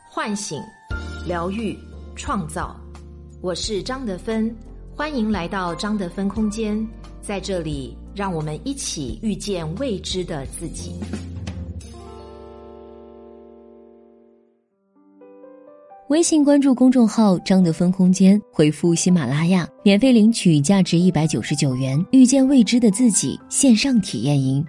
唤醒、疗愈、创造。我是张德芬，欢迎来到张德芬空间，在这里让我们一起遇见未知的自己。 微信关注公众号张德芬空间，回复喜马拉雅免费领取价值199元遇见未知的自己线上体验营。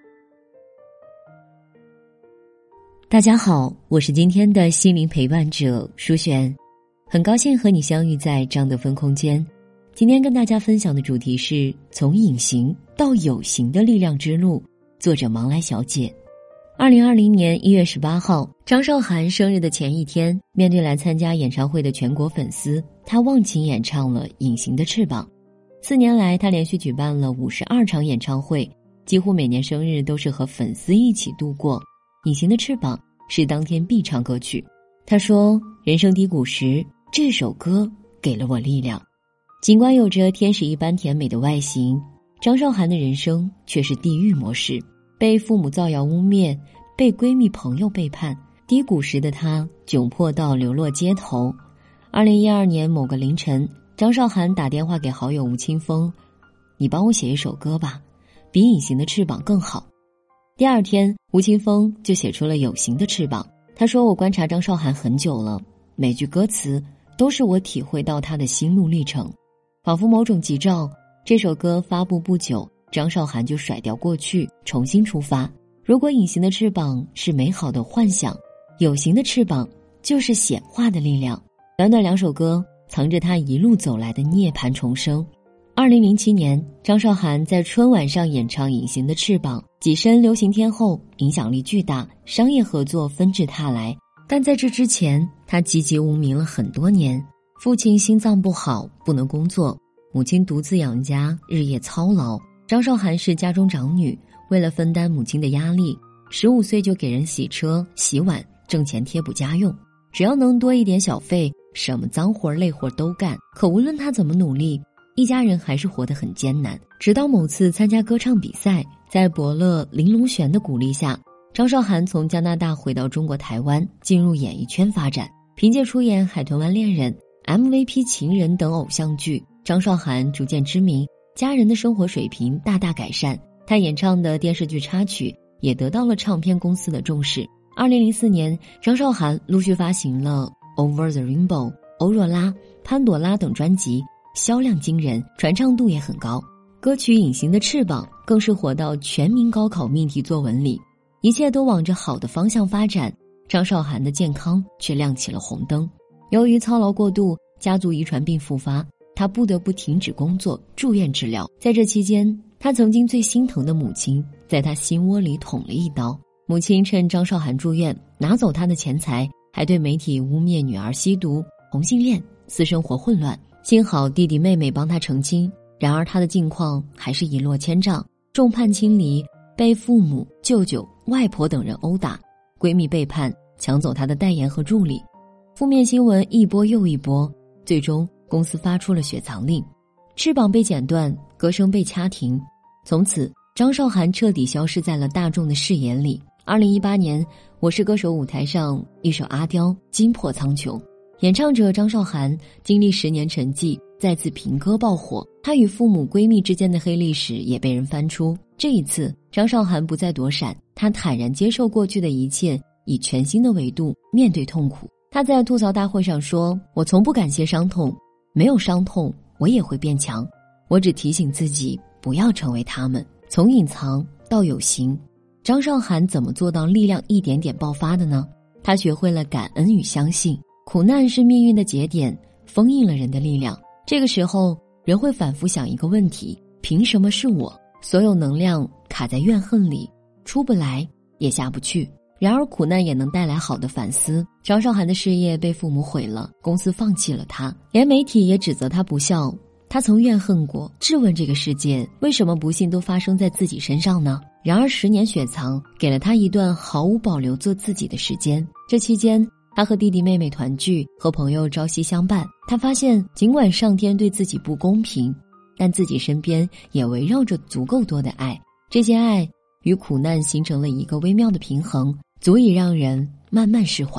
大家好，我是今天的心灵陪伴者舒璇，很高兴和你相遇在张德芬空间。今天跟大家分享的主题是从隐形到有形的力量之路，作者芒来小姐。2020年1月18号，张韶涵生日的前一天，面对来参加演唱会的全国粉丝，她忘情演唱了《隐形的翅膀》。4年来，她连续举办了52场演唱会，几乎每年生日都是和粉丝一起度过。《隐形的翅膀》是当天必唱歌曲。她说，人生低谷时，这首歌给了我力量。尽管有着天使一般甜美的外形，张韶涵的人生却是地狱模式，被父母造谣污蔑，被闺蜜朋友背叛，低谷时的她窘迫到流落街头。2012年某个凌晨，张韶涵打电话给好友吴青峰，你帮我写一首歌吧，比隐形的翅膀更好。第二天，吴青峰就写出了有形的翅膀。他说，我观察张韶涵很久了，每句歌词都是我体会到她的心路历程，仿佛某种吉兆。这首歌发布不久，张韶涵就甩掉过去，重新出发。如果隐形的翅膀是美好的幻想，有形的翅膀就是显化的力量。短短2首歌，藏着她一路走来的涅槃重生。2007年，张韶涵在春晚上演唱《隐形的翅膀》，跻身流行天后，影响力巨大，商业合作纷至沓来。但在这之前，她籍籍无名了很多年。父亲心脏不好，不能工作，母亲独自养家，日夜操劳。张韶涵是家中长女，为了分担母亲的压力，15岁就给人洗车、洗碗，挣钱贴补家用。只要能多一点小费，什么脏活累活都干。可无论她怎么努力，一家人还是活得很艰难。直到某次参加歌唱比赛，在伯乐林隆璇的鼓励下，张韶涵从加拿大回到中国台湾，进入演艺圈发展。凭借出演《海豚湾恋人》、MVP 情人等偶像剧，张韶涵逐渐知名，家人的生活水平大大改善。她演唱的电视剧插曲也得到了唱片公司的重视。2004年，张韶涵陆续发行了《Over the Rainbow》、《欧若拉》、《潘朵拉》等专辑，销量惊人，传唱度也很高。歌曲《隐形的翅膀》更是火到全民高考命题作文里。一切都往着好的方向发展，张韶涵的健康却亮起了红灯。由于操劳过度，家族遗传病复发，她不得不停止工作，住院治疗。在这期间，她曾经最心疼的母亲在她心窝里捅了一刀。母亲趁张韶涵住院，拿走她的钱财，还对媒体污蔑女儿吸毒、同性恋、私生活混乱。幸好弟弟妹妹帮她澄清，然而她的境况还是一落千丈，众叛亲离，被父母、舅舅、外婆等人殴打，闺蜜背叛，抢走她的代言和助理。负面新闻一波又一波，最终公司发出了雪藏令，翅膀被剪断，歌声被掐停。从此，张韶涵彻底消失在了大众的视野里。2018年，《我是歌手》舞台上，一首《阿刁》惊破苍穹，演唱者张韶涵经历10年沉寂，再次凭歌爆火。她与父母闺蜜之间的黑历史也被人翻出。这一次，张韶涵不再躲闪，她坦然接受过去的一切，以全新的维度面对痛苦。她在吐槽大会上说，我从不感谢伤痛，没有伤痛我也会变强，我只提醒自己不要成为他们。从隐藏到有形，张韶涵怎么做到力量一点点爆发的呢？她学会了感恩与相信，苦难是命运的节点，封印了人的力量。这个时候，人会反复想一个问题，凭什么是我？所有能量卡在怨恨里，出不来也下不去。然而苦难也能带来好的反思。张韶涵的事业被父母毁了，公司放弃了她，连媒体也指责她不孝。她曾怨恨过，质问这个世界，为什么不幸都发生在自己身上呢？然而10年雪藏给了她一段毫无保留做自己的时间。这期间，她和弟弟妹妹团聚，和朋友朝夕相伴。她发现，尽管上天对自己不公平，但自己身边也围绕着足够多的爱。这些爱与苦难形成了一个微妙的平衡，足以让人慢慢释怀。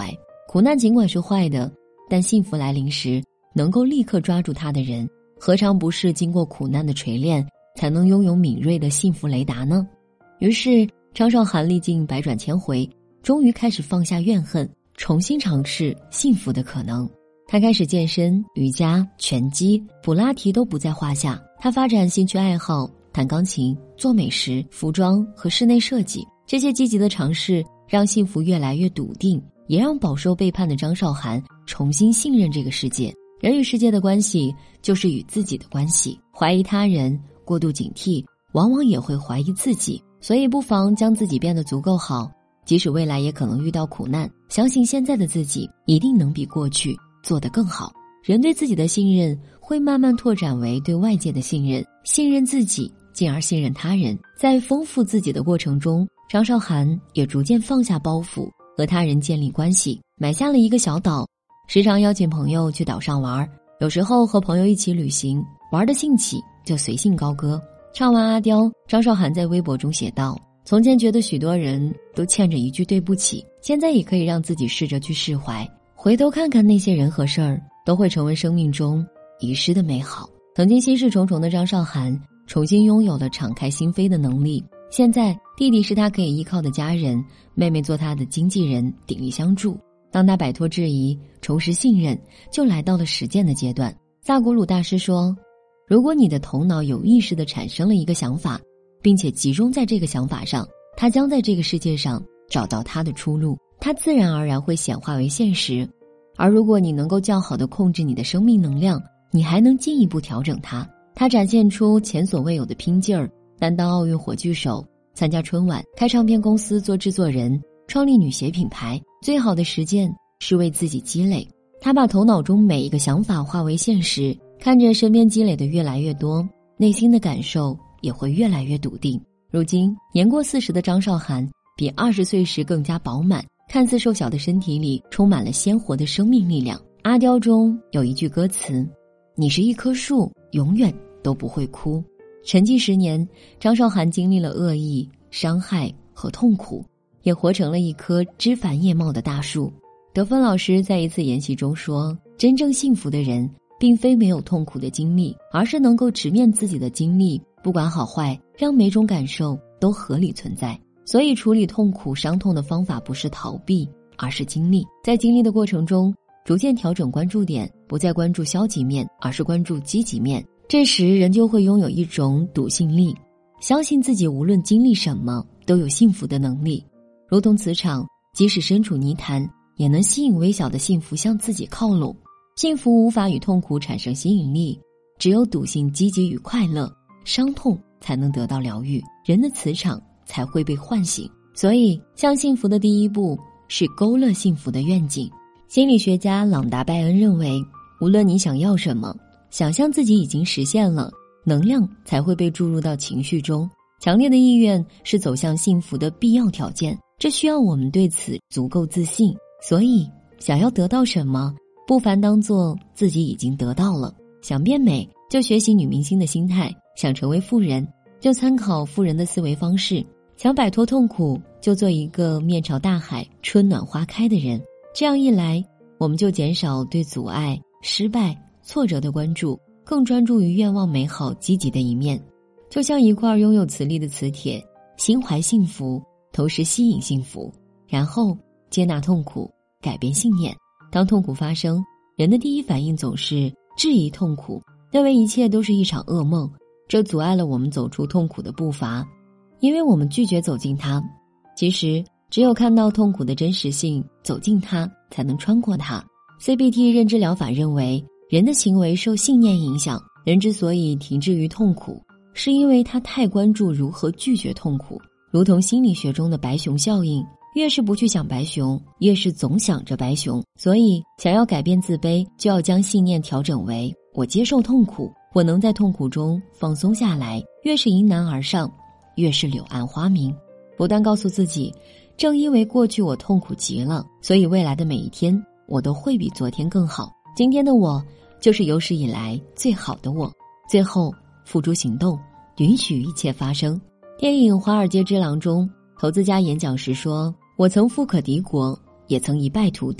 苦难尽管是坏的，但幸福来临时能够立刻抓住它的人，何尝不是经过苦难的锤炼才能拥有敏锐的幸福雷达呢？于是张韶涵历尽百转千回，终于开始放下怨恨，重新尝试幸福的可能。他开始健身、瑜伽、拳击、普拉提都不在话下。他发展兴趣爱好，弹钢琴、做美食、服装和室内设计。这些积极的尝试让幸福越来越笃定，也让饱受背叛的张韶涵重新信任这个世界。人与世界的关系就是与自己的关系，怀疑他人、过度警惕，往往也会怀疑自己。所以不妨将自己变得足够好，即使未来也可能遇到苦难，相信现在的自己一定能比过去做得更好。人对自己的信任会慢慢拓展为对外界的信任，信任自己，进而信任他人。在丰富自己的过程中，张韶涵也逐渐放下包袱，和他人建立关系，买下了一个小岛，时常邀请朋友去岛上玩，有时候和朋友一起旅行，玩得兴起就随性高歌。唱完阿刁，张韶涵在微博中写道：从前觉得许多人都欠着一句对不起，现在也可以让自己试着去释怀，回头看看那些人和事儿，都会成为生命中遗失的美好。曾经心事重重的张韶涵重新拥有了敞开心扉的能力，现在弟弟是他可以依靠的家人，妹妹做他的经纪人，鼎力相助。当他摆脱质疑，重拾信任，就来到了实践的阶段。萨古鲁大师说，如果你的头脑有意识地产生了一个想法，并且集中在这个想法上，它将在这个世界上找到它的出路，它自然而然会显化为现实。而如果你能够较好地控制你的生命能量，你还能进一步调整它。它展现出前所未有的拼劲儿，担当奥运火炬手，参加春晚，开唱片公司做制作人，创立女鞋品牌。最好的实践是为自己积累。他把头脑中每一个想法化为现实，看着身边积累的越来越多，内心的感受也会越来越笃定。如今年过40的张韶涵比20岁时更加饱满，看似瘦小的身体里充满了鲜活的生命力量。阿刁中有一句歌词：你是一棵树，永远都不会枯。沉寂10年，张韶涵经历了恶意、伤害和痛苦，也活成了一棵枝繁叶茂的大树。德芬老师在一次研习中说，真正幸福的人并非没有痛苦的经历，而是能够直面自己的经历，不管好坏，让每种感受都合理存在。所以处理痛苦伤痛的方法不是逃避，而是经历。在经历的过程中，逐渐调整关注点，不再关注消极面，而是关注积极面。这时人就会拥有一种笃信力，相信自己无论经历什么都有幸福的能力。如同磁场，即使身处泥潭，也能吸引微小的幸福向自己靠拢。幸福无法与痛苦产生吸引力，只有笃信积极与快乐，伤痛才能得到疗愈，人的磁场才会被唤醒。所以向幸福的第一步是勾勒幸福的愿景。心理学家朗达·拜恩认为，无论你想要什么，想象自己已经实现了，能量才会被注入到情绪中。强烈的意愿是走向幸福的必要条件，这需要我们对此足够自信。所以想要得到什么，不凡当作自己已经得到了。想变美，就学习女明星的心态；想成为富人，就参考富人的思维方式；想摆脱痛苦，就做一个面朝大海、春暖花开的人。这样一来，我们就减少对阻碍、失败、挫折的关注，更专注于愿望美好积极的一面。就像一块拥有磁力的磁铁，心怀幸福，同时吸引幸福，然后接纳痛苦，改变信念。当痛苦发生，人的第一反应总是质疑痛苦，认为一切都是一场噩梦，这阻碍了我们走出痛苦的步伐，因为我们拒绝走进它。其实只有看到痛苦的真实性，走进它，才能穿过它。 CBT 认知疗法认为，人的行为受信念影响，人之所以停滞于痛苦，是因为他太关注如何拒绝痛苦。如同心理学中的白熊效应，越是不去想白熊，越是总想着白熊。所以想要改变自卑，就要将信念调整为我接受痛苦，我能在痛苦中放松下来。越是迎难而上，越是柳暗花明。不断告诉自己，正因为过去我痛苦极了，所以未来的每一天我都会比昨天更好。今天的我就是有史以来最好的我。最后付诸行动，允许一切发生。电影《华尔街之狼》中，投资家演讲时说，我曾富可敌国，也曾一败涂地，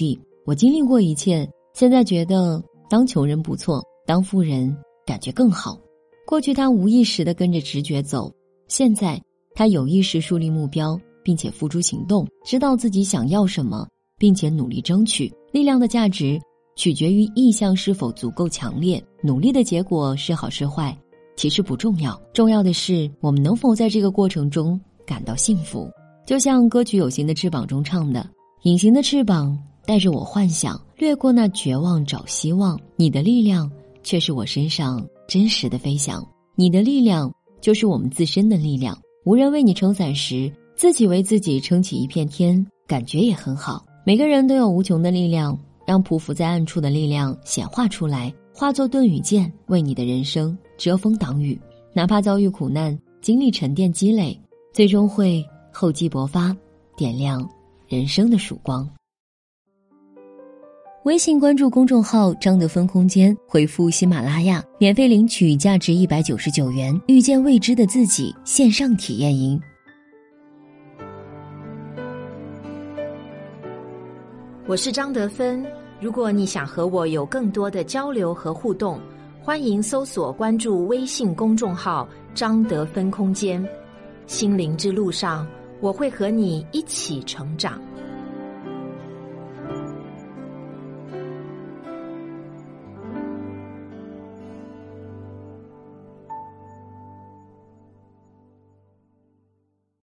我经历过一切，现在觉得当穷人不错，当富人感觉更好。过去他无意识地跟着直觉走，现在他有意识树立目标，并且付诸行动，知道自己想要什么，并且努力争取。力量的价值取决于意向是否足够强烈，努力的结果是好是坏其实不重要，重要的是我们能否在这个过程中感到幸福。就像歌曲《有形的翅膀》中唱的，隐形的翅膀带着我幻想，掠过那绝望找希望，你的力量却是我身上真实的飞翔。你的力量就是我们自身的力量，无人为你撑伞时，自己为自己撑起一片天，感觉也很好。每个人都有无穷的力量，让匍匐在暗处的力量显化出来，化作盾与剑，为你的人生遮风挡雨。哪怕遭遇苦难，经历沉淀积累，最终会厚积薄发，点亮人生的曙光。微信关注公众号张德芬空间，回复喜马拉雅，免费领取价值199元遇见未知的自己线上体验营。 我是张德芬，如果你想和我有更多的交流和互动，欢迎搜索关注微信公众号张德芬空间。心灵之路上，我会和你一起成长。